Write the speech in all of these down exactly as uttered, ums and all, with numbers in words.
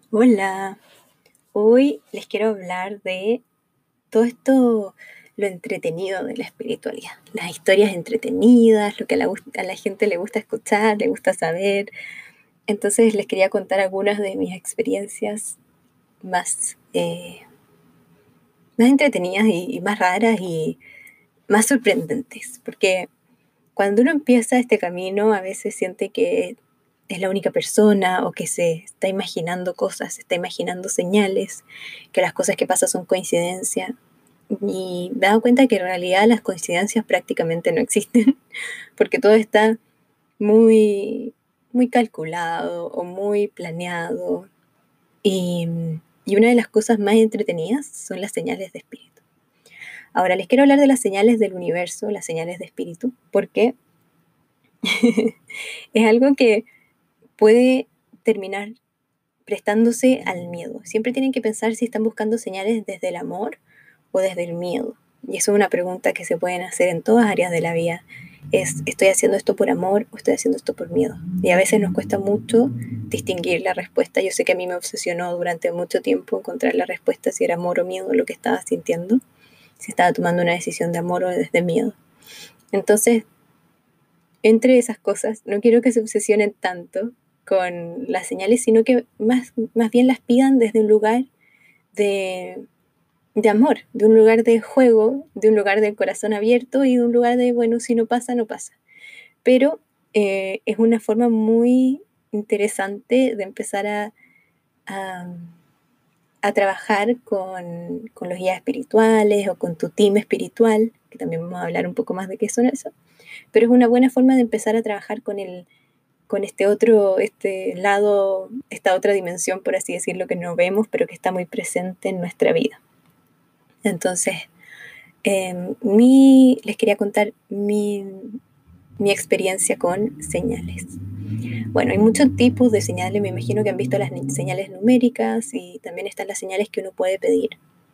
Hola, hoy les quiero hablar de todo esto, lo entretenido de la espiritualidad, las historias entretenidas, lo que a la, a la gente le gusta escuchar, le gusta saber. Entonces les quería contar algunas de mis experiencias más, eh, más entretenidas y, y más raras y más sorprendentes, porque cuando uno empieza este camino a veces siente que es la única persona o que se está imaginando cosas, se está imaginando señales, que las cosas que pasan son coincidencia. Y me he dado cuenta que en realidad las coincidencias prácticamente no existen, porque todo está muy, muy calculado o muy planeado. Y, y una de las cosas más entretenidas son las señales de espíritu. Ahora les quiero hablar de las señales del universo, las señales de espíritu, porque es algo que puede terminar prestándose al miedo. Siempre tienen que pensar si están buscando señales desde el amor o desde el miedo. Y eso es una pregunta que se pueden hacer en todas áreas de la vida. Es, ¿estoy haciendo esto por amor o estoy haciendo esto por miedo? Y a veces nos cuesta mucho distinguir la respuesta. Yo sé que a mí me obsesionó durante mucho tiempo encontrar la respuesta si era amor o miedo lo que estaba sintiendo, si estaba tomando una decisión de amor o desde miedo. Entonces, entre esas cosas, no quiero que se obsesionen tanto con las señales, sino que más, más bien las pidan desde un lugar de, de amor, de un lugar de juego, de un lugar del corazón abierto y de un lugar de, bueno, si no pasa, no pasa. Pero eh, es una forma muy interesante de empezar a, a, a trabajar con, con los guías espirituales o con tu team espiritual, que también vamos a hablar un poco más de qué son eso, pero es una buena forma de empezar a trabajar con el con este otro, este lado, esta otra dimensión, por así decirlo, que no vemos, pero que está muy presente en nuestra vida. Entonces, eh, mi, les quería contar mi, mi experiencia con señales. Bueno, hay muchos tipos de señales, me imagino que han visto las señales numéricas y también están las señales que uno puede pedir.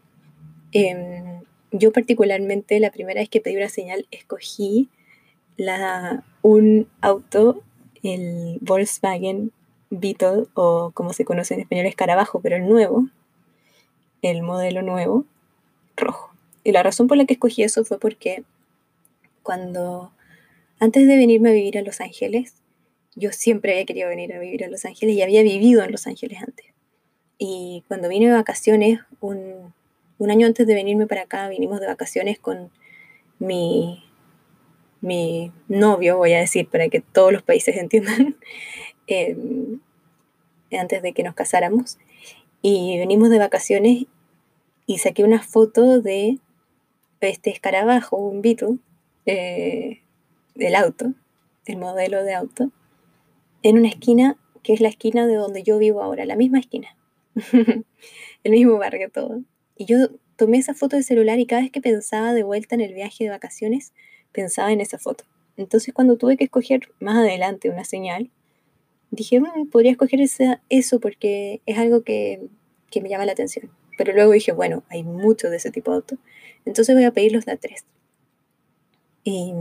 Eh, yo particularmente, la primera vez que pedí una señal, escogí la, un auto, el Volkswagen Beetle, o como se conoce en español, escarabajo, pero el nuevo, el modelo nuevo, rojo. Y la razón por la que escogí eso fue porque cuando, antes de venirme a vivir a Los Ángeles, yo siempre había querido venir a vivir a Los Ángeles y había vivido en Los Ángeles antes. Y cuando vine de vacaciones, un, un año antes de venirme para acá, vinimos de vacaciones con mi, mi novio, voy a decir, para que todos los países entiendan, eh, antes de que nos casáramos. Y venimos de vacaciones y saqué una foto de este escarabajo, un Beetle, eh, del auto, el modelo de auto, en una esquina que es la esquina de donde yo vivo ahora, la misma esquina, el mismo barrio todo. Y yo tomé esa foto de celular y cada vez que pensaba de vuelta en el viaje de vacaciones, pensaba en esa foto. Entonces cuando tuve que escoger más adelante una señal, dije, mmm, podría escoger esa, eso porque es algo que, que me llama la atención. Pero luego dije, bueno, hay muchos de ese tipo de autos, entonces voy a pedir los de a tres. Y,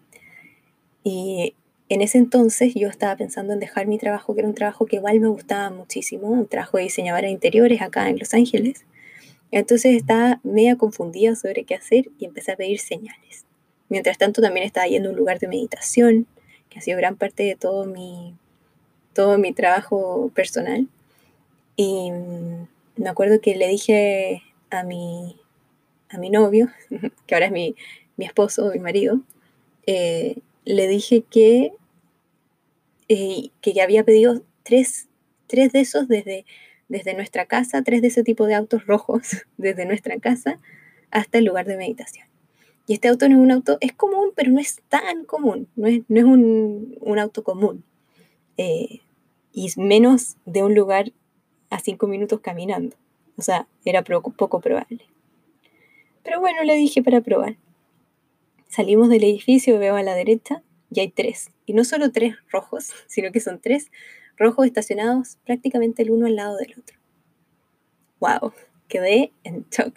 y en ese entonces yo estaba pensando en dejar mi trabajo, que era un trabajo que igual me gustaba muchísimo, un trabajo de diseñadora de interiores acá en Los Ángeles. Entonces estaba media confundida sobre qué hacer y empecé a pedir señales. Mientras tanto también estaba yendo a un lugar de meditación, que ha sido gran parte de todo mi, todo mi trabajo personal. Y me acuerdo que le dije a mi, a mi novio, que ahora es mi, mi esposo, mi marido, eh, le dije que, eh, que había pedido tres, tres de esos desde, desde nuestra casa, tres de ese tipo de autos rojos, desde nuestra casa hasta el lugar de meditación. Y este auto no es un auto, es común, pero no es tan común, no es, no es un, un auto común. Eh, y menos de un lugar a cinco minutos caminando. O sea, era poco, poco probable. Pero bueno, le dije para probar. Salimos del edificio, veo a la derecha y hay tres. Y no solo tres rojos, sino que son tres rojos estacionados prácticamente el uno al lado del otro. ¡Wow! Quedé en shock.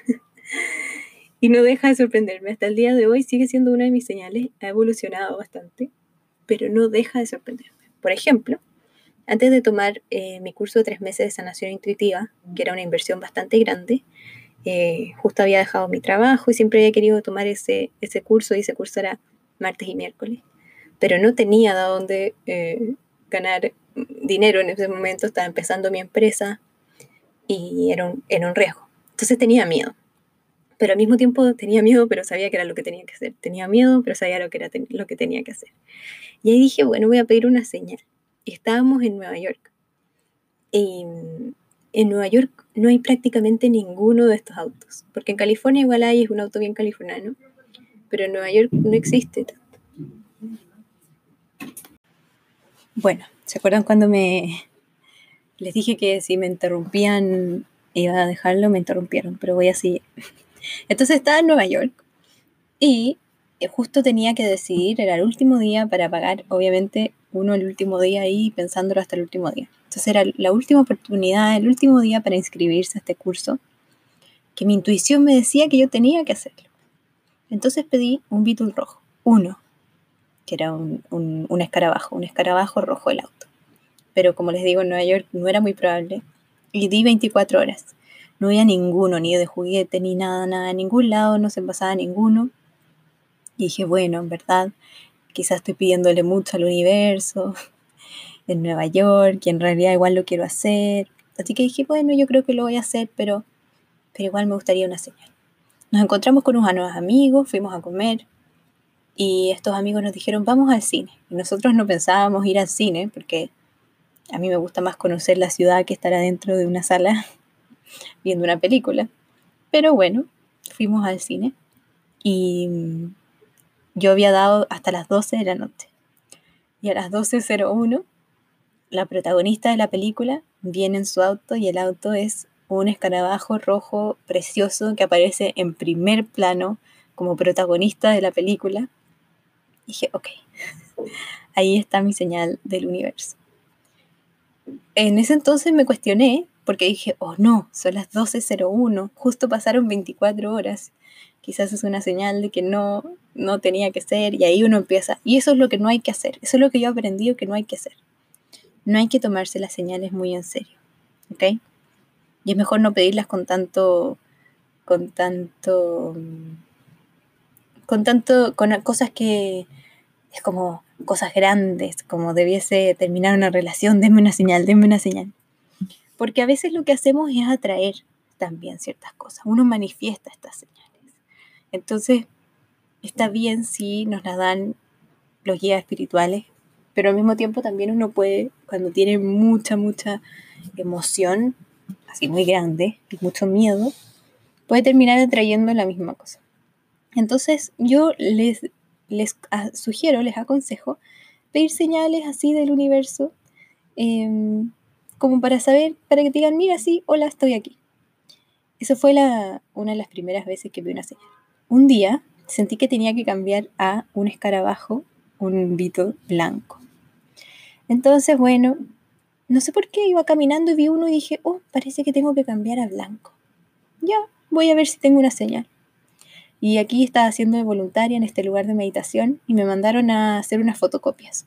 Y no deja de sorprenderme. Hasta el día de hoy sigue siendo una de mis señales. Ha evolucionado bastante, pero no deja de sorprenderme. Por ejemplo, antes de tomar eh, mi curso de tres meses de sanación intuitiva, que era una inversión bastante grande, eh, justo había dejado mi trabajo y siempre había querido tomar ese, ese curso, y ese curso era martes y miércoles, pero no tenía de dónde eh, ganar dinero en ese momento, estaba empezando mi empresa y era un, era un riesgo. Entonces tenía miedo, pero al mismo tiempo tenía miedo, pero sabía que era lo que tenía que hacer. Tenía miedo, pero sabía lo que era ten- lo que tenía que hacer. Y ahí dije, bueno, voy a pedir una señal. Y estábamos en Nueva York. Y en Nueva York no hay prácticamente ninguno de estos autos, porque en California igual hay, es un auto bien californiano, pero en Nueva York no existe tanto. Bueno, ¿se acuerdan cuando me les dije que si me interrumpían iba a dejarlo? Me interrumpieron, pero voy a seguir. Entonces estaba en Nueva York y justo tenía que decidir, era el último día para pagar, obviamente uno el último día ahí pensándolo hasta el último día. Entonces era la última oportunidad, el último día para inscribirse a este curso, que mi intuición me decía que yo tenía que hacerlo. Entonces pedí un Beetle rojo, uno, que era un, un, un escarabajo, un escarabajo rojo el auto. Pero como les digo, en Nueva York no era muy probable. Y di veinticuatro horas. No había ninguno, ni de juguete, ni nada, nada, en ningún lado no se pasaba ninguno. Y dije, bueno, en verdad, quizás estoy pidiéndole mucho al universo, en Nueva York, y en realidad igual lo quiero hacer. Así que dije, bueno, yo creo que lo voy a hacer, pero, pero igual me gustaría una señal. Nos encontramos con unos nuevos amigos, fuimos a comer, y estos amigos nos dijeron, vamos al cine. Y nosotros no pensábamos ir al cine, porque a mí me gusta más conocer la ciudad que estar adentro de una sala viendo una película. Pero bueno, fuimos al cine y yo había dado hasta las doce de la noche. Y a las doce cero uno, la protagonista de la película viene en su auto y el auto es un escarabajo rojo precioso que aparece en primer plano como protagonista de la película. Y dije, ok, ahí está mi señal del universo. En ese entonces me cuestioné porque dije, oh no, son las doce cero uno, justo pasaron veinticuatro horas. Quizás es una señal de que no, no tenía que ser, y ahí uno empieza. Y eso es lo que no hay que hacer. Eso es lo que yo he aprendido que no hay que hacer. No hay que tomarse las señales muy en serio, ¿ok? Y es mejor no pedirlas con tanto, con tanto, con tanto, con cosas que es como cosas grandes, como debiese terminar una relación, denme una señal, denme una señal. Porque a veces lo que hacemos es atraer también ciertas cosas. Uno manifiesta estas señales. Entonces, está bien si nos las dan los guías espirituales, pero al mismo tiempo también uno puede, cuando tiene mucha, mucha emoción, así muy grande, y mucho miedo, puede terminar atrayendo la misma cosa. Entonces, yo les, les sugiero, les aconsejo, pedir señales así del universo, eh, como para saber, para que te digan, mira, sí, hola, estoy aquí. Eso fue la, una de las primeras veces que vi una señal. Un día sentí que tenía que cambiar a un escarabajo, un Beetle blanco. Entonces, bueno, no sé por qué iba caminando y vi uno y dije, oh, parece que tengo que cambiar a blanco. Ya, voy a ver si tengo una señal. Y aquí estaba haciendo de voluntaria en este lugar de meditación y me mandaron a hacer unas fotocopias.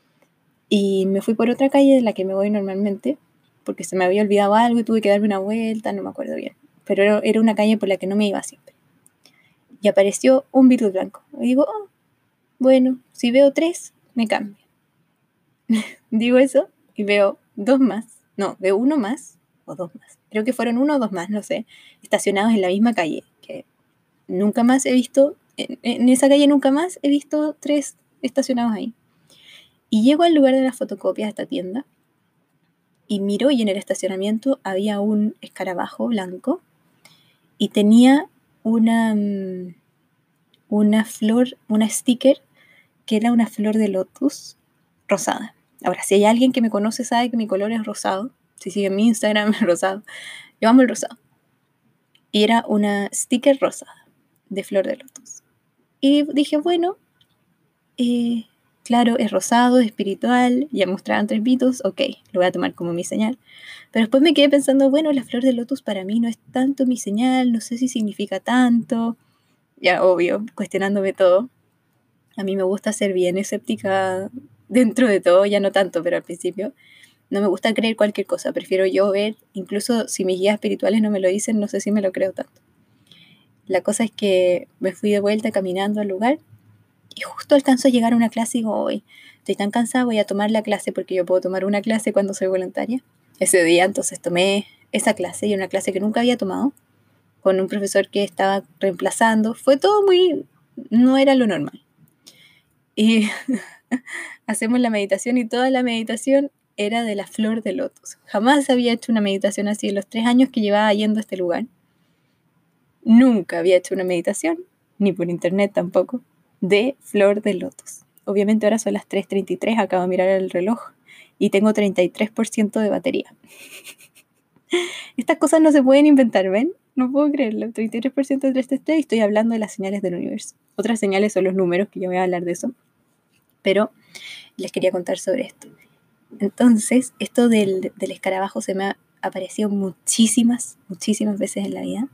Y me fui por otra calle de la que me voy normalmente, porque se me había olvidado algo y tuve que darme una vuelta, no me acuerdo bien. Pero era una calle por la que no me iba siempre. Y apareció un Beetle blanco. Y digo, oh, bueno, si veo tres, me cambio. Digo eso y veo dos más. No, veo uno más o dos más. Creo que fueron uno o dos más, no sé, estacionados en la misma calle. Que nunca más he visto, en, en esa calle nunca más he visto tres estacionados ahí. Y llego al lugar de la fotocopia de esta tienda y miro, y en el estacionamiento había un escarabajo blanco y tenía una, una flor, una sticker que era una flor de lotus rosada. Ahora, si hay alguien que me conoce sabe que mi color es rosado. Si sigue mi Instagram es rosado. Yo amo el rosado. Y era una sticker rosada de flor de lotus. Y dije, bueno, eh, claro, es rosado, es espiritual, ya mostraban tres Beatles, ok, lo voy a tomar como mi señal. Pero después me quedé pensando, bueno, la flor de lotus para mí no es tanto mi señal, no sé si significa tanto. Ya, obvio, cuestionándome todo. A mí me gusta ser bien escéptica dentro de todo, ya no tanto, pero al principio. no me gusta creer cualquier cosa, prefiero yo ver, incluso si mis guías espirituales no me lo dicen, no sé si me lo creo tanto. La cosa es que me fui de vuelta caminando al lugar y justo alcanzo a llegar a una clase y digo, hoy estoy tan cansada, voy a tomar la clase porque yo puedo tomar una clase cuando soy voluntaria. Ese día entonces tomé esa clase y una clase que nunca había tomado con un profesor que estaba reemplazando. Fue todo muy, no era lo normal. Y hacemos la meditación y toda la meditación era de la flor de lotos. Jamás había hecho una meditación así en los tres años que llevaba yendo a este lugar. Nunca había hecho una meditación, ni por internet tampoco, de flor de lotos. Obviamente ahora son las tres treinta y tres, acabo de mirar el reloj y tengo treinta y tres por ciento de batería. Estas cosas no se pueden inventar, ¿ven? No puedo creerlo. treinta y tres por ciento de trescientos treinta y tres y estoy hablando de las señales del universo. Otras señales son los números, que yo voy a hablar de eso. Pero les quería contar sobre esto. Entonces, esto del, del escarabajo se me ha aparecido muchísimas, muchísimas veces en la vida.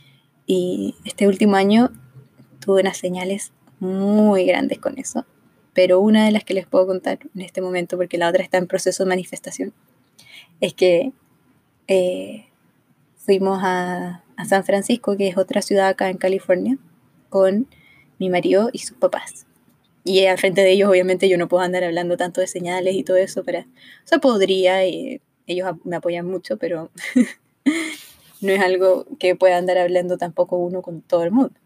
Y este último año tuve unas señales muy grandes con eso. Pero una de las que les puedo contar en este momento, porque la otra está en proceso de manifestación, es que eh, fuimos a, a San Francisco, que es otra ciudad acá en California, con mi marido y sus papás. Y al frente de ellos, obviamente, yo no puedo andar hablando tanto de señales y todo eso. Para, o sea, podría, y ellos me apoyan mucho, pero no es algo que pueda andar hablando tampoco uno con todo el mundo.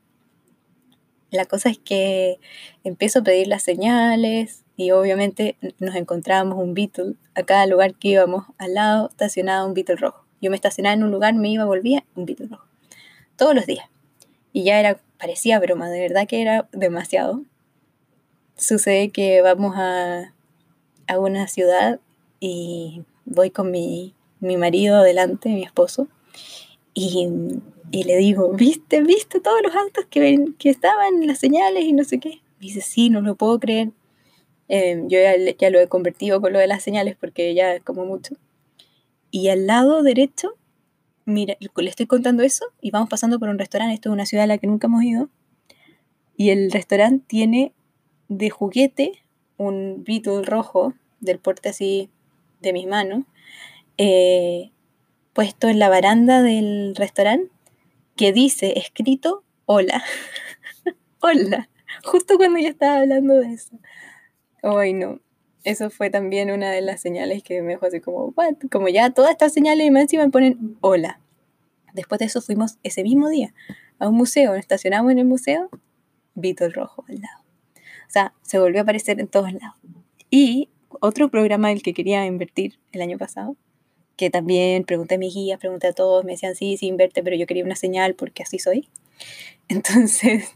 La cosa es que empiezo a pedir las señales y obviamente nos encontrábamos un Beetle. A cada lugar que íbamos, al lado estacionaba un Beetle rojo. Yo me estacionaba en un lugar, me iba, volvía, un Beetle rojo. Todos los días. Y ya era, parecía broma, de verdad que era demasiado. Sucede que vamos a, a una ciudad y voy con mi, mi marido adelante, mi esposo, y, y le digo, ¿viste, viste todos los autos que, ven, que estaban en las señales y no sé qué? Me dice, sí, no lo puedo creer. Eh, yo ya, ya lo he convertido con lo de las señales porque ya es como mucho. Y al lado derecho, mira, le estoy contando eso y vamos pasando por un restaurante. Esto es una ciudad a la que nunca hemos ido. Y el restaurante tiene de juguete un Beetle rojo del porte así de mis manos, eh, puesto en la baranda del restaurante, que dice escrito hola. Hola, justo cuando yo estaba hablando de eso. Ay, no, eso fue también una de las señales que me dejó así como, what? Como ya todas estas señales y más encima me ponen hola. Después de eso fuimos ese mismo día a un museo, nos estacionamos en el museo, Beetle rojo al lado. O sea, se volvió a aparecer en todos lados. Y otro programa del que quería invertir el año pasado, que también pregunté a mis guías, pregunté a todos, me decían sí, sí inverte, pero yo quería una señal porque así soy. Entonces,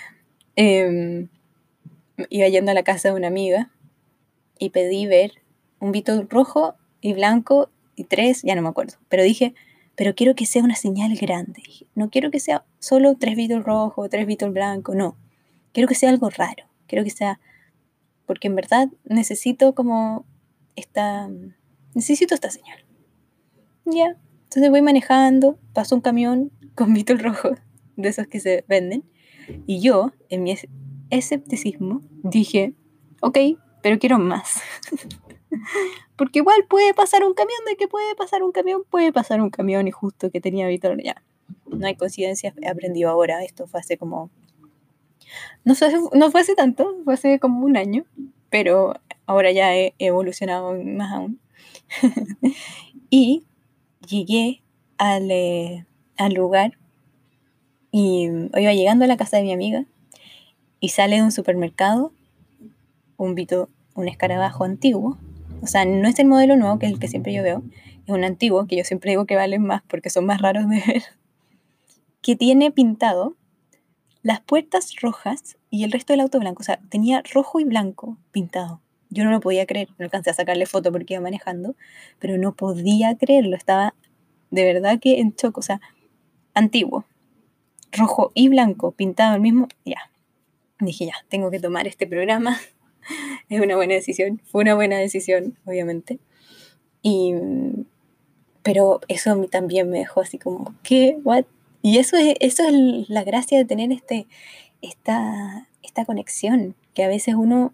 eh, iba yendo a la casa de una amiga y pedí ver un Beetle rojo y blanco y tres, ya no me acuerdo, pero dije, pero quiero que sea una señal grande. No quiero que sea solo tres Beetles rojos, tres Beetles blancos, no. Quiero que sea algo raro. Quiero que sea, porque en verdad necesito como esta, necesito esta señal. Ya, entonces voy manejando, paso un camión con Beetle rojo, de esos que se venden, y yo, en mi escepticismo, dije, ok, pero quiero más. Porque igual puede pasar un camión, de que puede pasar un camión, puede pasar un camión, y justo que tenía Beetle, ya. No hay coincidencias, he aprendido ahora, esto fue hace como, no fue, no fue hace tanto, fue hace como un año, pero ahora ya he evolucionado más aún. Y llegué al, eh, al lugar y iba llegando a la casa de mi amiga y sale de un supermercado un Beetle, un escarabajo antiguo. O sea, no es el modelo nuevo, que es el que siempre yo veo, es un antiguo, que yo siempre digo que valen más porque son más raros de ver, que tiene pintado las puertas rojas y el resto del auto blanco. O sea, tenía rojo y blanco pintado. Yo no lo podía creer, no alcancé a sacarle foto porque iba manejando, pero no podía creerlo, estaba de verdad que en shock. O sea, antiguo, rojo y blanco, pintado el mismo, ya. Dije, ya, tengo que tomar este programa. Es una buena decisión, fue una buena decisión, obviamente. Y, pero eso a mí también me dejó así como, ¿qué? ¿What? Y eso es, eso es la gracia de tener este, esta, esta conexión, que a veces uno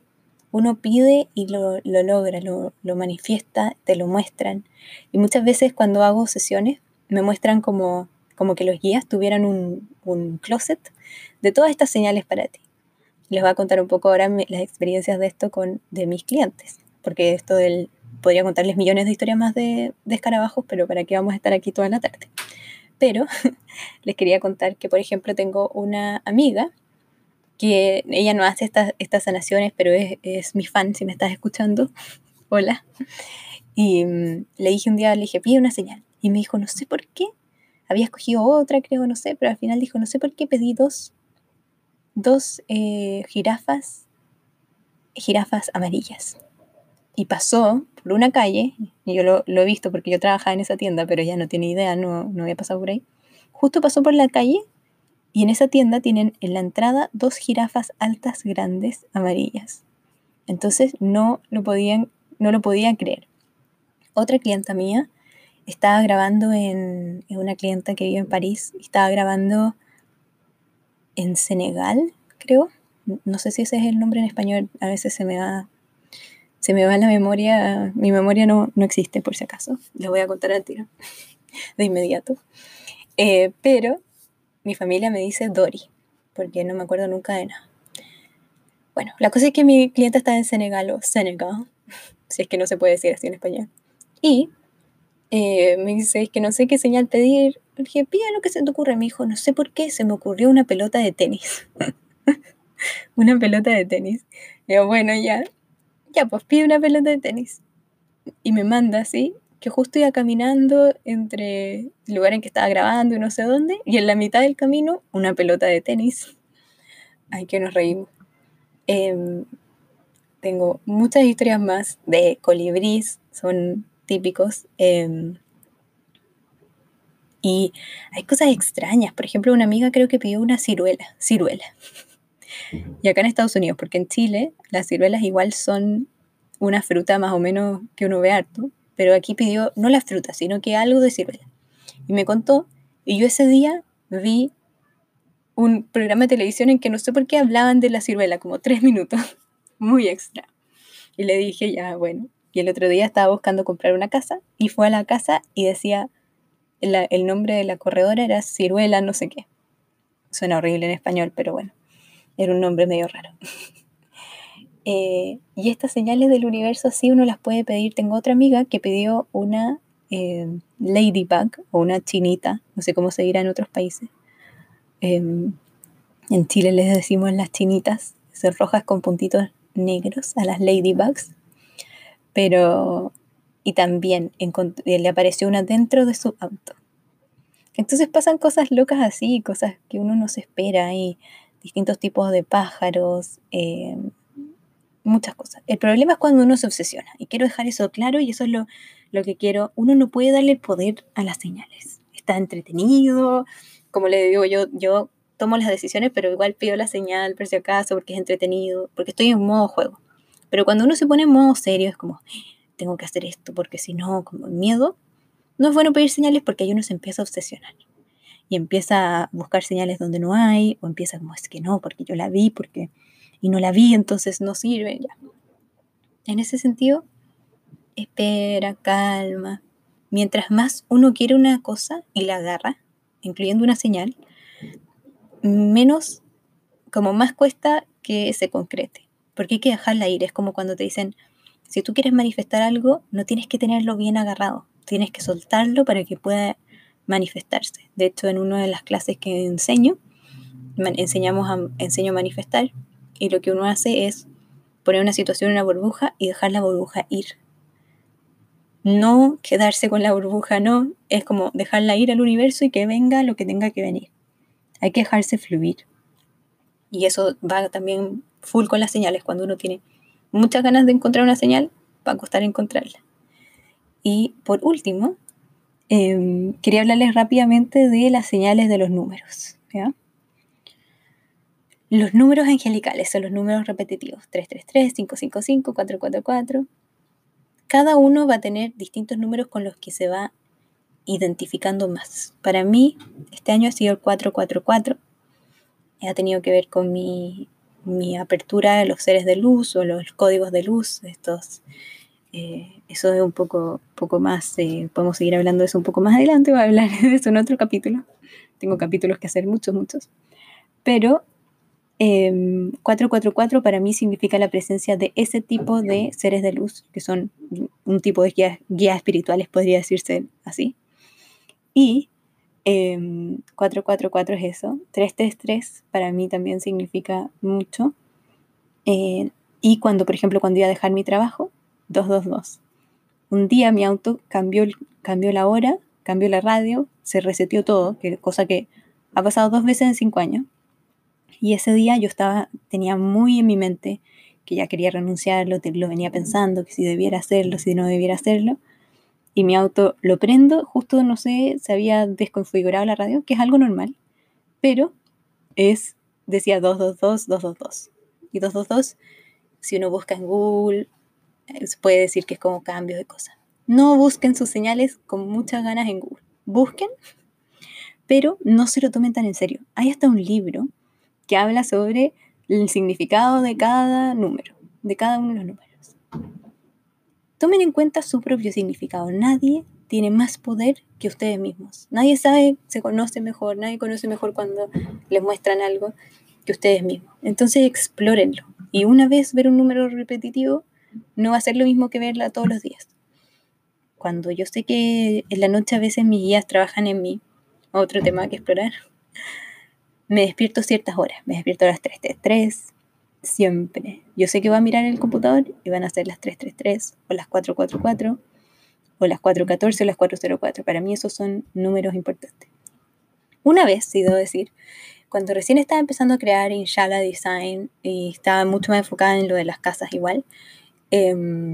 uno pide y lo, lo logra, lo, lo manifiesta, te lo muestran. Y muchas veces cuando hago sesiones me muestran como, como que los guías tuvieran un, un closet de todas estas señales para ti. Les voy a contar un poco ahora mi, las experiencias de esto con, de mis clientes, porque esto del, podría contarles millones de historias más de, de escarabajos, pero para qué vamos a estar aquí toda la tarde. Pero les quería contar que, por ejemplo, tengo una amiga que ella no hace estas, estas sanaciones, pero es, es mi fan, si me estás escuchando, hola. Y um, le dije un día, le dije, pide una señal. Y me dijo, no sé por qué, había escogido otra, creo, no sé, pero al final dijo, no sé por qué pedí dos, dos eh, jirafas, jirafas amarillas. Y pasó por una calle, y yo lo, lo he visto porque yo trabajaba en esa tienda, pero ella no tiene idea, no, no había pasado por ahí. Justo pasó por la calle y en esa tienda tienen en la entrada dos jirafas altas, grandes, amarillas. Entonces no lo podían, no lo podían creer. Otra clienta mía estaba grabando en, en una clienta que vive en París, estaba grabando en Senegal, creo. No sé si ese es el nombre en español, a veces se me va, se me va la memoria, mi memoria no, no existe por si acaso, les voy a contar al tiro, de inmediato. Eh, pero mi familia me dice Dori, porque no me acuerdo nunca de nada. Bueno, la cosa es que mi cliente está en Senegal o Senegal, si es que no se puede decir así en español. Y eh, me dice, es que no sé qué señal pedir. Le dije, pide lo que se te ocurre. Me dijo, no sé por qué, se me ocurrió una pelota de tenis. Una pelota de tenis. Y yo, bueno, ya, ya, pues pide una pelota de tenis. Y me manda así, que justo iba caminando entre el lugar en que estaba grabando y no sé dónde, y en la mitad del camino, una pelota de tenis. Ay, que nos reímos. Eh, tengo muchas historias más de colibrís, son típicos. Eh, y hay cosas extrañas. Por ejemplo, una amiga creo que pidió una ciruela. Ciruela. Y acá en Estados Unidos, porque en Chile las ciruelas igual son una fruta más o menos que uno ve harto, pero aquí pidió no la fruta, sino que algo de ciruela. Y me contó, y yo ese día vi un programa de televisión en que no sé por qué hablaban de la ciruela, como tres minutos. Muy extra. Y le dije, ya, bueno. Y el otro día estaba buscando comprar una casa y fue a la casa y decía, la, el nombre de la corredora era Ciruela no sé qué. Suena horrible en español, pero bueno, era un nombre medio raro. eh, y estas señales del universo así uno las puede pedir. Tengo otra amiga que pidió una eh, ladybug o una chinita, no sé cómo se dirá en otros países. Eh, en Chile les decimos las chinitas, son rojas con puntitos negros a las ladybugs. Pero, y también encont- le apareció una dentro de su auto. Entonces pasan cosas locas así, cosas que uno no se espera, hay distintos tipos de pájaros, eh, muchas cosas. El problema es cuando uno se obsesiona, y quiero dejar eso claro, y eso es lo, lo que quiero. Uno no puede darle el poder a las señales. Está entretenido, como le digo yo, yo tomo las decisiones, pero igual pido la señal por si acaso, porque es entretenido, porque estoy en modo juego. Pero cuando uno se pone en modo serio, es como, tengo que hacer esto, porque si no, como miedo, no es bueno pedir señales porque ahí uno se empieza a obsesionar. Y empieza a buscar señales donde no hay, o empieza como, es que no, porque yo la vi, porque y no la vi, entonces no sirve. Ya. En ese sentido, espera, calma. Mientras más uno quiere una cosa y la agarra, incluyendo una señal, menos, como más cuesta que se concrete. Porque hay que dejarla ir. Es como cuando te dicen, si tú quieres manifestar algo, no tienes que tenerlo bien agarrado. Tienes que soltarlo para que pueda manifestarse. De hecho, en una de las clases que enseño, enseñamos a, enseño a manifestar, y lo que uno hace es poner una situación en una burbuja y dejar la burbuja ir. No quedarse con la burbuja, no. Es como dejarla ir al universo y que venga lo que tenga que venir. Hay que dejarse fluir. Y eso va también full con las señales. Cuando uno tiene muchas ganas de encontrar una señal, va a costar encontrarla. Y por último, eh, quería hablarles rápidamente de las señales de los números. ¿Ya? Los números angelicales son los números repetitivos. tres tres tres, cinco cinco cinco, cuatro cuatro cuatro. Cada uno va a tener distintos números con los que se va identificando más. Para mí, este año ha sido el cuatro cuatro cuatro. Ha tenido que ver con mi, mi apertura a los seres de luz o los códigos de luz, estos, eh, eso es un poco, poco más, eh, podemos seguir hablando de eso un poco más adelante, voy a hablar de eso en otro capítulo, tengo capítulos que hacer, muchos, muchos, pero eh, cuatro cuatro cuatro para mí significa la presencia de ese tipo de seres de luz, que son un tipo de guías, guías espirituales, podría decirse así, y Eh, cuatro cuatro cuatro es eso. tres tres tres para mí también significa mucho. Eh, y cuando, por ejemplo, cuando iba a dejar mi trabajo, dos dos dos. Un día mi auto cambió, cambió la hora, cambió la radio, se reseteó todo, que, cosa que ha pasado dos veces en cinco años. Y ese día yo estaba, tenía muy en mi mente que ya quería renunciarlo, te, lo venía pensando, que si debiera hacerlo, si no debiera hacerlo. Y mi auto lo prendo, justo, no sé, se había desconfigurado la radio, que es algo normal, pero es, decía dos dos dos, dos dos dos. Y dos dos dos, si uno busca en Google, se puede decir que es como cambios de cosas. No busquen sus señales con muchas ganas en Google. Busquen, pero no se lo tomen tan en serio. Hay hasta un libro que habla sobre el significado de cada número, de cada uno de los números. Tomen en cuenta su propio significado. Nadie tiene más poder que ustedes mismos. Nadie sabe, se conoce mejor, nadie conoce mejor cuando les muestran algo que ustedes mismos. Entonces explórenlo. Y una vez ver un número repetitivo no va a ser lo mismo que verla todos los días. Cuando yo sé que en la noche a veces mis guías trabajan en mí, otro tema que explorar, me despierto ciertas horas. Me despierto a las tres tres tres, siempre. Yo sé que voy a mirar el computador y van a ser las tres tres tres o las cuatro cuatro cuatro o las cuatro catorce o las cuatro cero cuatro. Para mí esos son números importantes. Una vez, sí debo decir, cuando recién estaba empezando a crear Inshallah Design y estaba mucho más enfocada en lo de las casas igual, eh,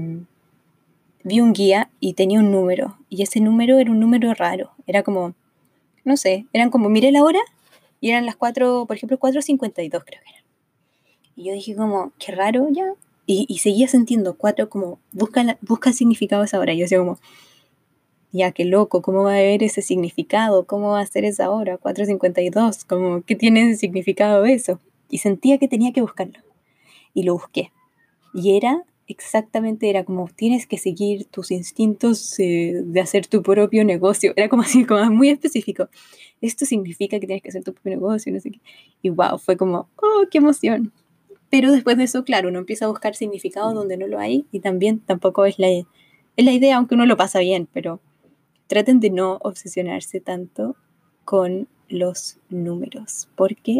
vi un guía y tenía un número, y ese número era un número raro, era como, no sé, eran como, miré la hora y eran las cuatro, por ejemplo, cuatro cincuenta y dos creo que eran. Y yo dije como, qué raro ya, y, y seguía sintiendo cuatro como, busca, la, busca el significado de esa hora, y yo decía como, ya, qué loco, ¿cómo va a haber ese significado? ¿Cómo va a ser esa hora? cuatro cincuenta y dos, como, ¿qué tiene de significado eso? Y sentía que tenía que buscarlo. Y lo busqué. Y era exactamente, era como, tienes que seguir tus instintos eh, de hacer tu propio negocio. Era como así, como muy específico. Esto significa que tienes que hacer tu propio negocio, no sé qué. Y wow, fue como, oh, qué emoción. Pero después de eso, claro, uno empieza a buscar significado donde no lo hay y también tampoco es la, es la idea, aunque uno lo pasa bien, pero traten de no obsesionarse tanto con los números, porque,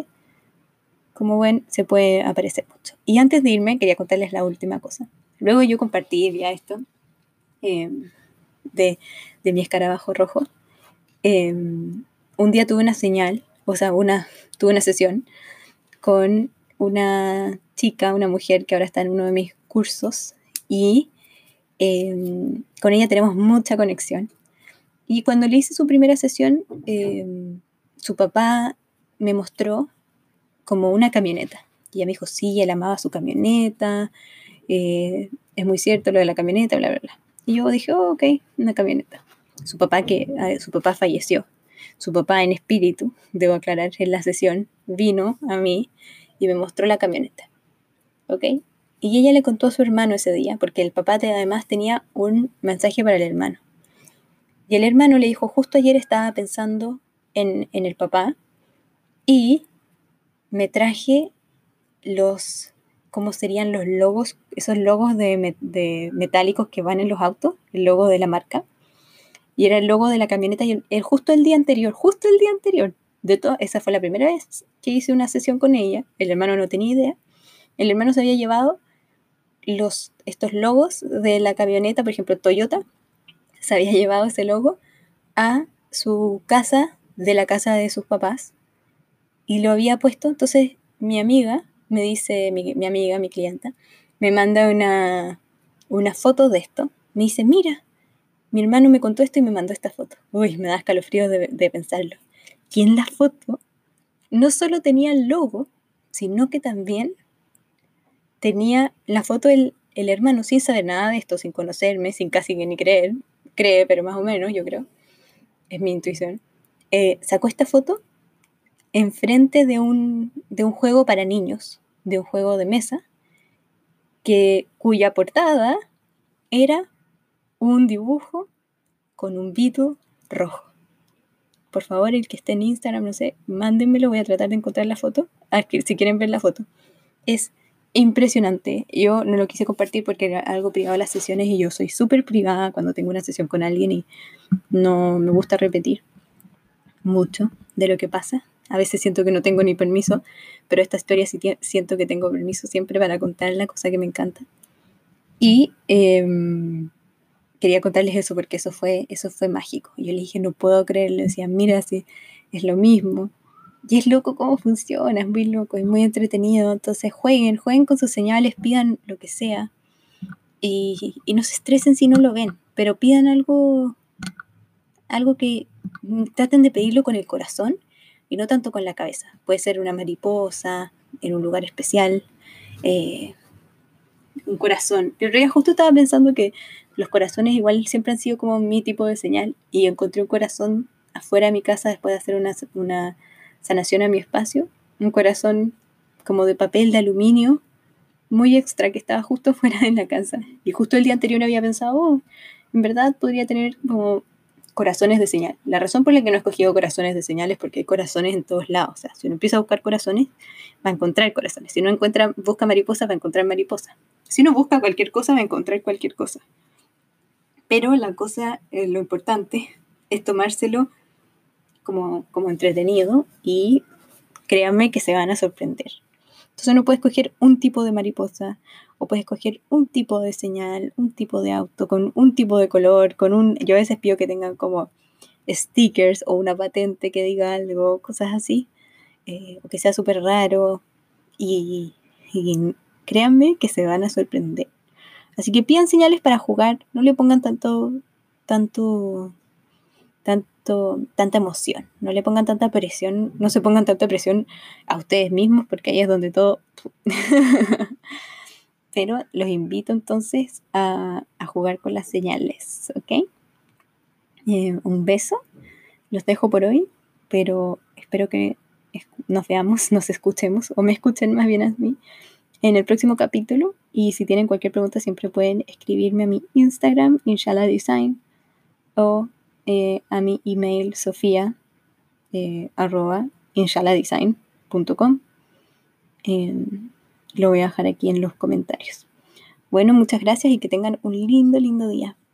como ven, se puede aparecer mucho. Y antes de irme, quería contarles la última cosa. Luego yo compartí ya esto eh, de, de mi escarabajo rojo. Eh, un día tuve una señal, o sea, una, tuve una sesión con una chica, una mujer que ahora está en uno de mis cursos, y eh, con ella tenemos mucha conexión. Y cuando le hice su primera sesión, eh, su papá me mostró como una camioneta. Y ella me dijo, sí, él amaba su camioneta, eh, es muy cierto lo de la camioneta, bla, bla, bla. Y yo dije, oh, ok, una camioneta. Su papá, que, eh, su papá falleció. Su papá en espíritu, debo aclarar, en la sesión, vino a mí y me mostró la camioneta. ¿Ok? Y ella le contó a su hermano ese día, porque el papá te, además tenía un mensaje para el hermano. Y el hermano le dijo, justo ayer estaba pensando en, en el papá y me traje los, ¿cómo serían los logos? Esos logos de, de metálicos que van en los autos, el logo de la marca. Y era el logo de la camioneta y el, el, justo el día anterior, justo el día anterior. De todo, esa fue la primera vez que hice una sesión con ella. El hermano no tenía idea. El hermano se había llevado los, estos logos de la camioneta, por ejemplo, Toyota. Se había llevado ese logo a su casa, de la casa de sus papás, y lo había puesto. Entonces mi amiga me dice, mi, mi amiga, mi clienta, me manda una, una foto de esto, me dice, mira, mi hermano me contó esto y me mandó esta foto. Uy, me da escalofríos de, de pensarlo. Y en la foto no solo tenía el logo, sino que también tenía la foto del el hermano, sin saber nada de esto, sin conocerme, sin casi ni creer, cree, pero más o menos, yo creo, es mi intuición, eh, sacó esta foto enfrente de un, de un juego para niños, de un juego de mesa que, cuya portada era un dibujo con un Beatle rojo. Por favor, el que esté en Instagram, no sé, mándenmelo, voy a tratar de encontrar la foto, si quieren ver la foto. Es impresionante. Yo no lo quise compartir porque era algo privado de las sesiones y yo soy súper privada cuando tengo una sesión con alguien y no me gusta repetir mucho de lo que pasa. A veces siento que no tengo ni permiso, pero esta historia sí siento que tengo permiso siempre para contar la cosa que me encanta. Y eh, quería contarles eso porque eso fue, eso fue mágico. Yo le dije, no puedo creerlo. Decía, mira, sí, es lo mismo. Y es loco cómo funciona, es muy loco, es muy entretenido. Entonces jueguen, jueguen con sus señales, pidan lo que sea. Y, y no se estresen si no lo ven, pero pidan algo, algo que traten de pedirlo con el corazón y no tanto con la cabeza. Puede ser una mariposa en un lugar especial, eh, un corazón. En realidad justo estaba pensando que los corazones igual siempre han sido como mi tipo de señal y encontré un corazón afuera de mi casa después de hacer una, una sanación a mi espacio, un corazón como de papel de aluminio muy extra que estaba justo fuera de la casa y justo el día anterior había pensado, oh, en verdad podría tener como corazones de señal. La razón por la que no he escogido corazones de señal es porque hay corazones en todos lados. O sea, si uno empieza a buscar corazones, va a encontrar corazones. Si uno encuentra, busca mariposas, va a encontrar mariposas. Si uno busca cualquier cosa, va a encontrar cualquier cosa. Pero la cosa, eh, lo importante, es tomárselo como, como entretenido y créanme que se van a sorprender. Entonces uno puede escoger un tipo de mariposa o puedes escoger un tipo de señal, un tipo de auto, con un tipo de color, con un... Yo a veces pido que tengan como stickers o una patente que diga algo, cosas así, eh, o que sea súper raro y, y créanme que se van a sorprender. Así que pidan señales para jugar, no le pongan tanto, tanto, tanto, tanta emoción, no le pongan tanta presión, no se pongan tanta presión a ustedes mismos porque ahí es donde todo... Pero los invito entonces a, a jugar con las señales, ¿ok? Eh, un beso, los dejo por hoy, pero espero que nos veamos, nos escuchemos, o me escuchen más bien a mí, en el próximo capítulo. Y si tienen cualquier pregunta, siempre pueden escribirme a mi Instagram, Inshallah Design, o eh, a mi email, sofía, eh, arroba, inshalahdesign punto com. Eh, lo voy a dejar aquí en los comentarios. Bueno, muchas gracias y que tengan un lindo, lindo día.